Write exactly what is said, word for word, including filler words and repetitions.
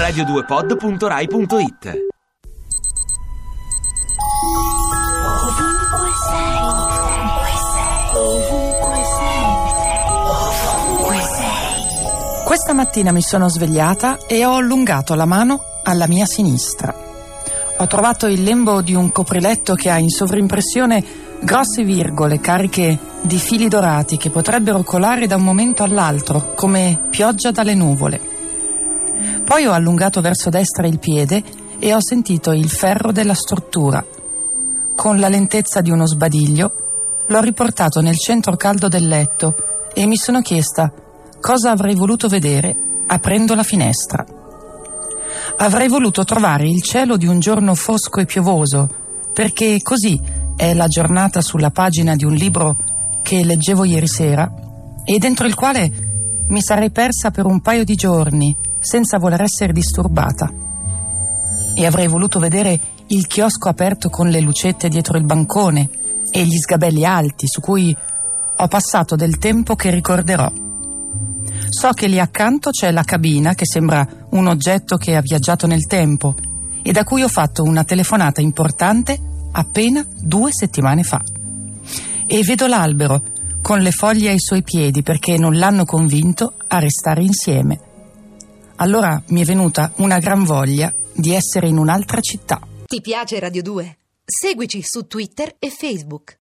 radio due pod punto rai punto it. Ovunque sei, ovunque sei, ovunque sei, ovunque sei. Questa mattina mi sono svegliata e ho allungato la mano alla mia sinistra. Ho trovato il lembo di un copriletto che ha in sovrimpressione grosse virgole cariche di fili dorati che potrebbero colare da un momento all'altro, come pioggia dalle nuvole. Poi ho allungato verso destra il piede e ho sentito il ferro della struttura. Con la lentezza di uno sbadiglio l'ho riportato nel centro caldo del letto e mi sono chiesta cosa avrei voluto vedere aprendo la finestra. Avrei voluto trovare il cielo di un giorno fosco e piovoso, perché così è la giornata sulla pagina di un libro che leggevo ieri sera e dentro il quale mi sarei persa per un paio di giorni senza voler essere disturbata. E avrei voluto vedere il chiosco aperto con le lucette dietro il bancone e gli sgabelli alti su cui ho passato del tempo che ricorderò. So che lì accanto c'è la cabina che sembra un oggetto che ha viaggiato nel tempo e da cui ho fatto una telefonata importante appena due settimane fa. E vedo l'albero con le foglie ai suoi piedi perché non l'hanno convinto a restare insieme. Allora mi è venuta una gran voglia di essere in un'altra città. Ti piace Radio due? Seguici su Twitter e Facebook.